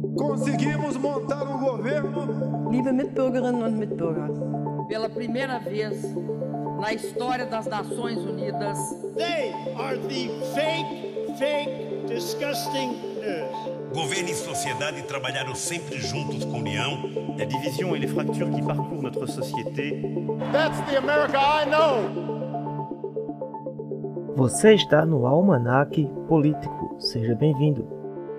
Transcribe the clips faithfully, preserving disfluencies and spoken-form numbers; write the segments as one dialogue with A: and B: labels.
A: Conseguimos montar um governo.
B: Liebe Mitbürgerinnen und Mitbürger.
C: Pela primeira vez na história das Nações Unidas,
D: they are the fake, fake, disgusting news.
E: Governo e sociedade trabalharam sempre juntos com união.
F: La division et les fractures qui parcourent notre société.
A: That's the America I know.
G: Você está no Almanaque Político. Seja bem-vindo.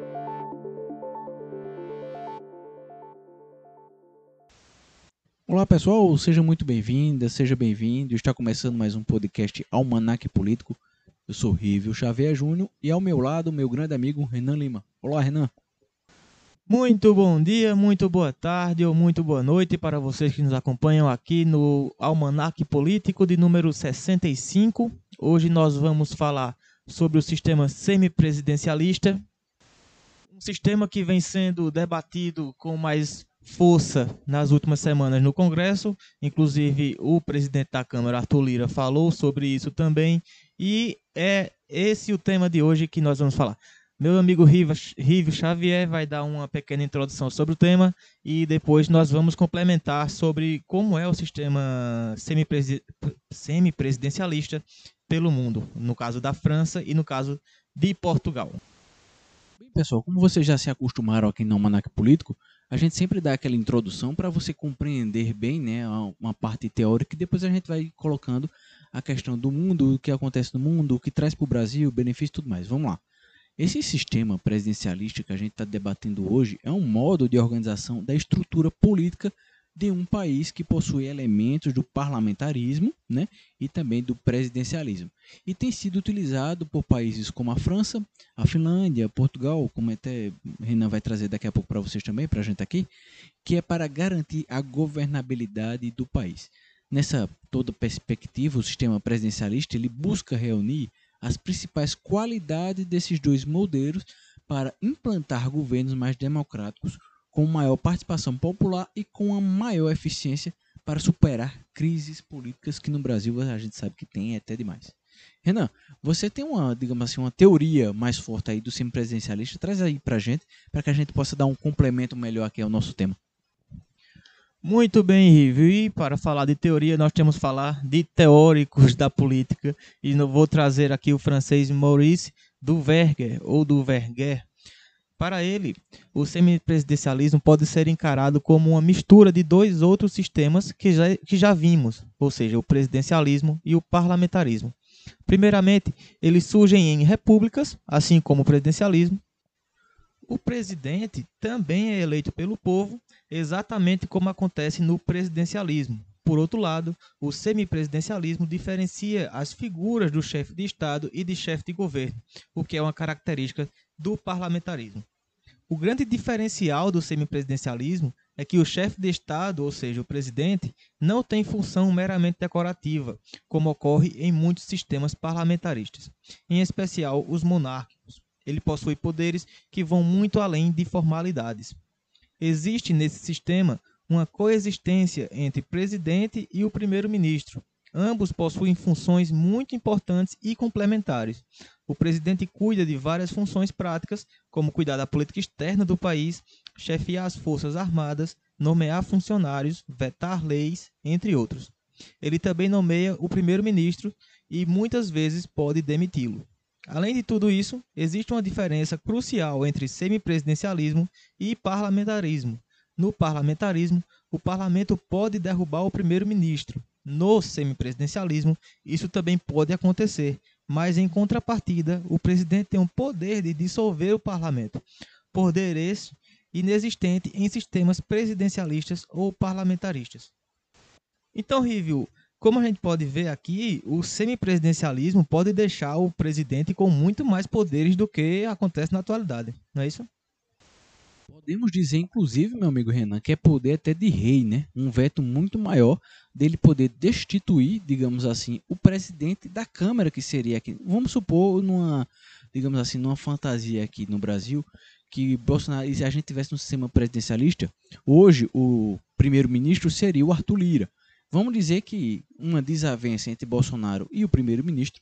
H: Olá pessoal, seja muito bem-vinda, seja bem-vindo. Está começando mais um podcast Almanaque Político. Eu sou Rívio Xavier Júnior e ao meu lado meu grande amigo Renan Lima. Olá, Renan.
I: Muito bom dia, muito boa tarde ou muito boa noite para vocês que nos acompanham aqui no Almanaque Político de número sessenta e cinco. Hoje nós vamos falar sobre o sistema semipresidencialista, um sistema que vem sendo debatido com mais força nas últimas semanas no Congresso. Inclusive o presidente da Câmara, Arthur Lira, falou sobre isso também, e é esse o tema de hoje que nós vamos falar. Meu amigo Rívio Xavier vai dar uma pequena introdução sobre o tema e depois nós vamos complementar sobre como é o sistema semipresidencialista pelo mundo, no caso da França e no caso de Portugal.
H: Bem, pessoal, como vocês já se acostumaram aqui no Almanaque Político, a gente sempre dá aquela introdução para você compreender bem, né, uma parte teórica, e depois a gente vai colocando a questão do mundo, o que acontece no mundo, o que traz para o Brasil, benefício e tudo mais. Vamos lá. Esse sistema presidencialista que a gente está debatendo hoje é um modo de organização da estrutura política de um país que possui elementos do parlamentarismo, né, e também do presidencialismo. E tem sido utilizado por países como a França, a Finlândia, Portugal, como até Renan vai trazer daqui a pouco para vocês também, para a gente aqui, que é para garantir a governabilidade do país. Nessa toda perspectiva, o sistema presidencialista ele busca reunir as principais qualidades desses dois modelos para implantar governos mais democráticos, com maior participação popular e com a maior eficiência para superar crises políticas que no Brasil a gente sabe que tem até demais. Renan, você tem uma, digamos assim, uma teoria mais forte aí do semipresidencialista, traz aí pra gente, para que a gente possa dar um complemento melhor aqui ao nosso tema.
I: Muito bem, Rívio, e para falar de teoria nós temos que falar de teóricos da política, e eu vou trazer aqui o francês Maurice Duverger, ou Duverger. Para ele, o semipresidencialismo pode ser encarado como uma mistura de dois outros sistemas que já, que já vimos, ou seja, o presidencialismo e o parlamentarismo. Primeiramente, eles surgem em repúblicas, assim como o presidencialismo. O presidente também é eleito pelo povo, exatamente como acontece no presidencialismo. Por outro lado, o semipresidencialismo diferencia as figuras do chefe de Estado e de chefe de governo, o que é uma característica do parlamentarismo. O grande diferencial do semipresidencialismo é que o chefe de Estado, ou seja, o presidente, não tem função meramente decorativa, como ocorre em muitos sistemas parlamentaristas, em especial os monárquicos. Ele possui poderes que vão muito além de formalidades. Existe nesse sistema uma coexistência entre presidente e o primeiro-ministro. Ambos possuem funções muito importantes e complementares. O presidente cuida de várias funções práticas, como cuidar da política externa do país, chefiar as forças armadas, nomear funcionários, vetar leis, entre outros. Ele também nomeia o primeiro-ministro e muitas vezes pode demiti-lo. Além de tudo isso, existe uma diferença crucial entre semipresidencialismo e parlamentarismo. No parlamentarismo, o parlamento pode derrubar o primeiro-ministro. No semipresidencialismo, isso também pode acontecer, mas em contrapartida, o presidente tem o poder de dissolver o parlamento. Poder esse inexistente em sistemas presidencialistas ou parlamentaristas. Então, Rívio, como a gente pode ver aqui, o semipresidencialismo pode deixar o presidente com muito mais poderes do que acontece na atualidade, não é isso?
H: Podemos dizer, inclusive, meu amigo Renan, que é poder até de rei, né? Um veto muito maior dele poder destituir, digamos assim, o presidente da Câmara, que seria aqui. Vamos supor, numa, digamos assim, numa fantasia aqui no Brasil, que Bolsonaro, se a gente tivesse um sistema presidencialista, hoje o primeiro-ministro seria o Arthur Lira. Vamos dizer que uma desavença entre Bolsonaro e o primeiro-ministro,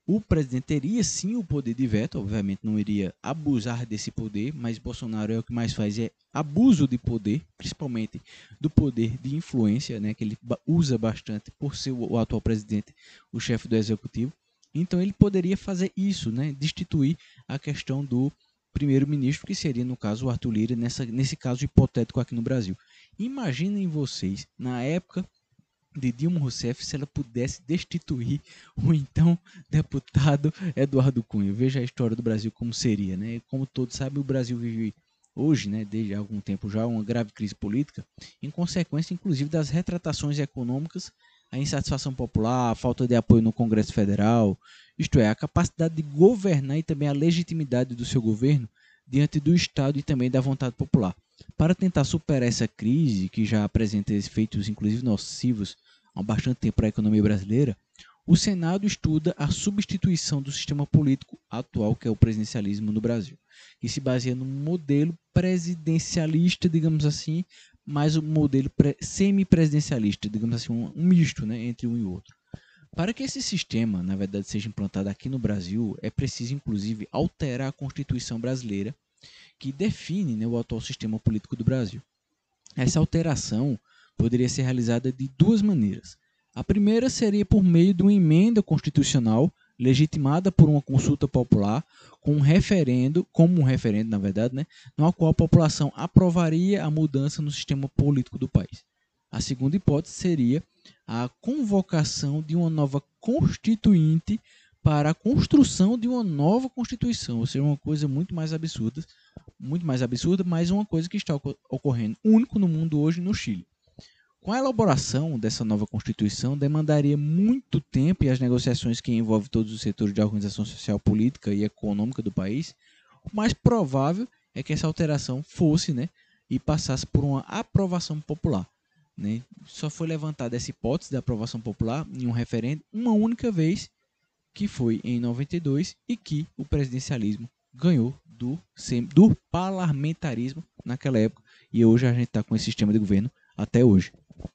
H: o presidente teria sim o poder de veto, obviamente não iria abusar desse poder, mas Bolsonaro é o que mais faz é abuso de poder, principalmente do poder de influência, né, que ele usa bastante por ser o, o atual presidente, o chefe do executivo. Então ele poderia fazer isso, né, destituir a questão do primeiro-ministro, que seria no caso o Arthur Lira, nessa, nesse caso hipotético aqui no Brasil. Imaginem vocês, na época de Dilma Rousseff, se ela pudesse destituir o então deputado Eduardo Cunha. Veja a história do Brasil como seria, né? Como todos sabem, o Brasil vive hoje, né, desde há algum tempo já, uma grave crise política, em consequência inclusive das retratações econômicas, a insatisfação popular, a falta de apoio no Congresso Federal, isto é, a capacidade de governar e também a legitimidade do seu governo diante do Estado e também da vontade popular. Para tentar superar essa crise, que já apresenta efeitos inclusive nocivos há bastante tempo para a economia brasileira, o Senado estuda a substituição do sistema político atual, que é o presidencialismo no Brasil, que se baseia num modelo presidencialista, digamos assim, mas um modelo semi-presidencialista, digamos assim, um, um misto, né, entre um e outro. Para que esse sistema, na verdade, seja implantado aqui no Brasil, é preciso, inclusive, alterar a Constituição brasileira, que define, né, o atual sistema político do Brasil. Essa alteração poderia ser realizada de duas maneiras. A primeira seria por meio de uma emenda constitucional legitimada por uma consulta popular, com um referendo, como um referendo, na verdade, né, no qual a população aprovaria a mudança no sistema político do país. A segunda hipótese seria a convocação de uma nova constituinte para a construção de uma nova Constituição, ou seja, uma coisa muito mais absurda, muito mais absurda, mas uma coisa que está ocorrendo único no mundo hoje no Chile. Com a elaboração dessa nova Constituição, demandaria muito tempo e as negociações que envolvem todos os setores de organização social, política e econômica do país, o mais provável é que essa alteração fosse, né, e passasse por uma aprovação popular. Né? Só foi levantada essa hipótese da aprovação popular em um referendo uma única vez, que foi em noventa e dois, e que o presidencialismo ganhou do, do parlamentarismo naquela época, e hoje a gente está com esse sistema de governo até hoje.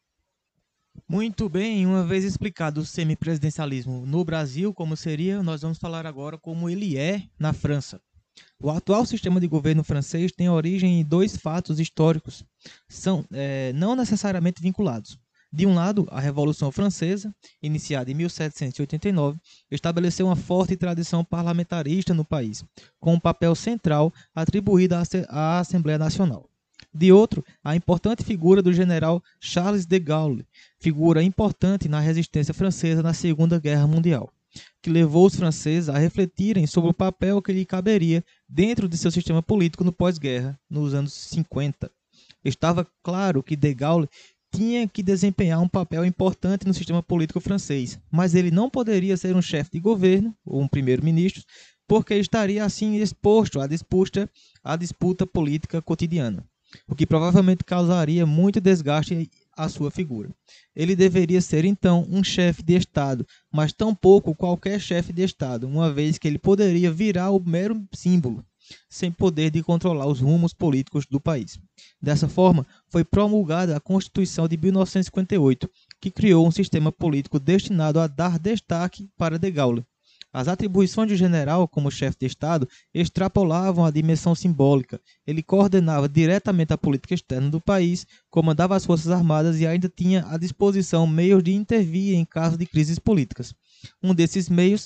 I: Muito bem, uma vez explicado o semipresidencialismo no Brasil, como seria, nós vamos falar agora como ele é na França. O atual sistema de governo francês tem origem em dois fatos históricos, são é, não necessariamente vinculados. De um lado, a Revolução Francesa, iniciada em mil setecentos e oitenta e nove, estabeleceu uma forte tradição parlamentarista no país, com um papel central atribuído à Assembleia Nacional. De outro, a importante figura do general Charles de Gaulle, figura importante na resistência francesa na Segunda Guerra Mundial, que levou os franceses a refletirem sobre o papel que lhe caberia dentro de seu sistema político no pós-guerra, nos anos cinquenta. Estava claro que de Gaulle tinha que desempenhar um papel importante no sistema político francês, mas ele não poderia ser um chefe de governo ou um primeiro-ministro, porque estaria assim exposto à disputa, à disputa política cotidiana, o que provavelmente causaria muito desgaste à sua figura. Ele deveria ser, então, um chefe de Estado, mas tampouco qualquer chefe de Estado, uma vez que ele poderia virar o mero símbolo, sem poder de controlar os rumos políticos do país. Dessa forma, foi promulgada a Constituição de mil novecentos e cinquenta e oito, que criou um sistema político destinado a dar destaque para de Gaulle. As atribuições do general como chefe de Estado extrapolavam a dimensão simbólica. Ele coordenava diretamente a política externa do país, comandava as forças armadas e ainda tinha à disposição meios de intervir em caso de crises políticas. Um desses meios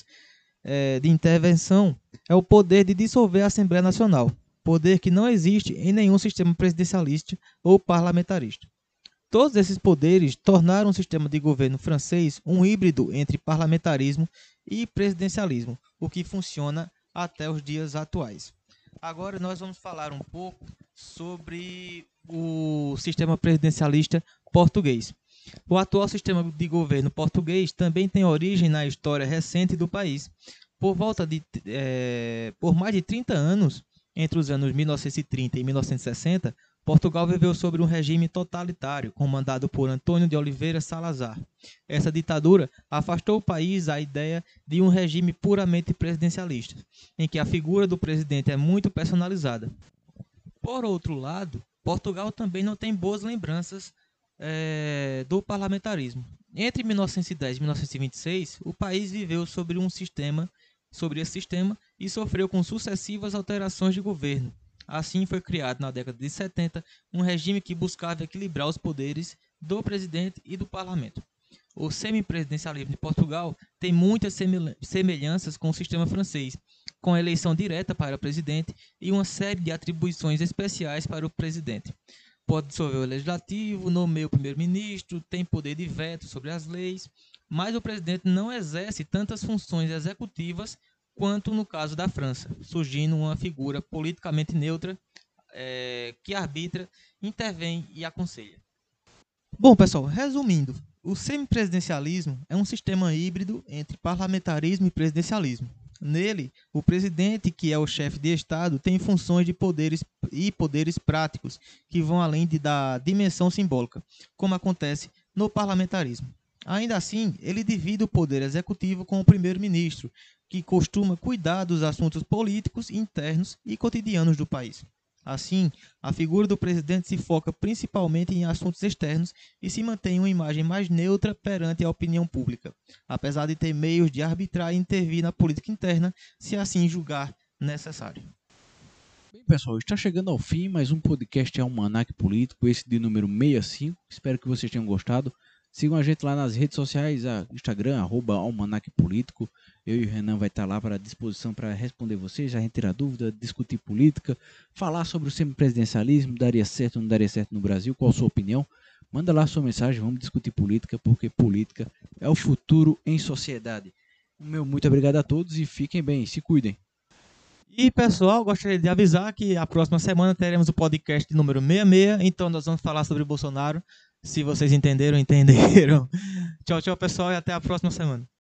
I: é, de intervenção é o poder de dissolver a Assembleia Nacional, poder que não existe em nenhum sistema presidencialista ou parlamentarista. Todos esses poderes tornaram o sistema de governo francês um híbrido entre parlamentarismo e presidencialismo, o que funciona até os dias atuais. Agora nós vamos falar um pouco sobre o sistema presidencialista português. O atual sistema de governo português também tem origem na história recente do país. Por volta de, é, por mais de trinta anos, entre os anos mil novecentos e trinta e mil novecentos e sessenta, Portugal viveu sob um regime totalitário, comandado por Antônio de Oliveira Salazar. Essa ditadura afastou o país da ideia de um regime puramente presidencialista, em que a figura do presidente é muito personalizada. Por outro lado, Portugal também não tem boas lembranças é, do parlamentarismo. Entre mil novecentos e dez e mil novecentos e vinte e seis, o país viveu sobre um sistema sobre esse sistema e sofreu com sucessivas alterações de governo. Assim foi criado na década de setenta um regime que buscava equilibrar os poderes do presidente e do parlamento. O semipresidencialismo de Portugal tem muitas semelhanças com o sistema francês, com a eleição direta para o presidente e uma série de atribuições especiais para o presidente. Pode dissolver o legislativo, nomeia o primeiro-ministro, tem poder de veto sobre as leis, mas o presidente não exerce tantas funções executivas quanto no caso da França, surgindo uma figura politicamente neutra é, que arbitra, intervém e aconselha. Bom, pessoal, resumindo, o semipresidencialismo é um sistema híbrido entre parlamentarismo e presidencialismo. Nele, o presidente, que é o chefe de Estado, tem funções de poderes e poderes práticos que vão além de, da dimensão simbólica, como acontece no parlamentarismo. Ainda assim, ele divide o poder executivo com o primeiro-ministro, que costuma cuidar dos assuntos políticos, internos e cotidianos do país. Assim, a figura do presidente se foca principalmente em assuntos externos e se mantém uma imagem mais neutra perante a opinião pública, apesar de ter meios de arbitrar e intervir na política interna, se assim julgar necessário.
H: Bem, pessoal, está chegando ao fim mais um podcast Almanac Político, esse de número sessenta e cinco. Espero que vocês tenham gostado. Sigam a gente lá nas redes sociais, a Instagram, arroba Almanac Político. Eu e o Renan vai estar lá para disposição para responder vocês, a gente tirar dúvida, discutir política, falar sobre o semipresidencialismo, daria certo ou não daria certo no Brasil, qual a sua opinião. Manda lá a sua mensagem, vamos discutir política, porque política é o futuro em sociedade. O meu muito obrigado a todos e fiquem bem, se cuidem.
I: E pessoal, gostaria de avisar que a próxima semana teremos o podcast de número sessenta e seis, então nós vamos falar sobre o Bolsonaro. Se vocês entenderam, entenderam. Tchau, tchau pessoal e até a próxima semana.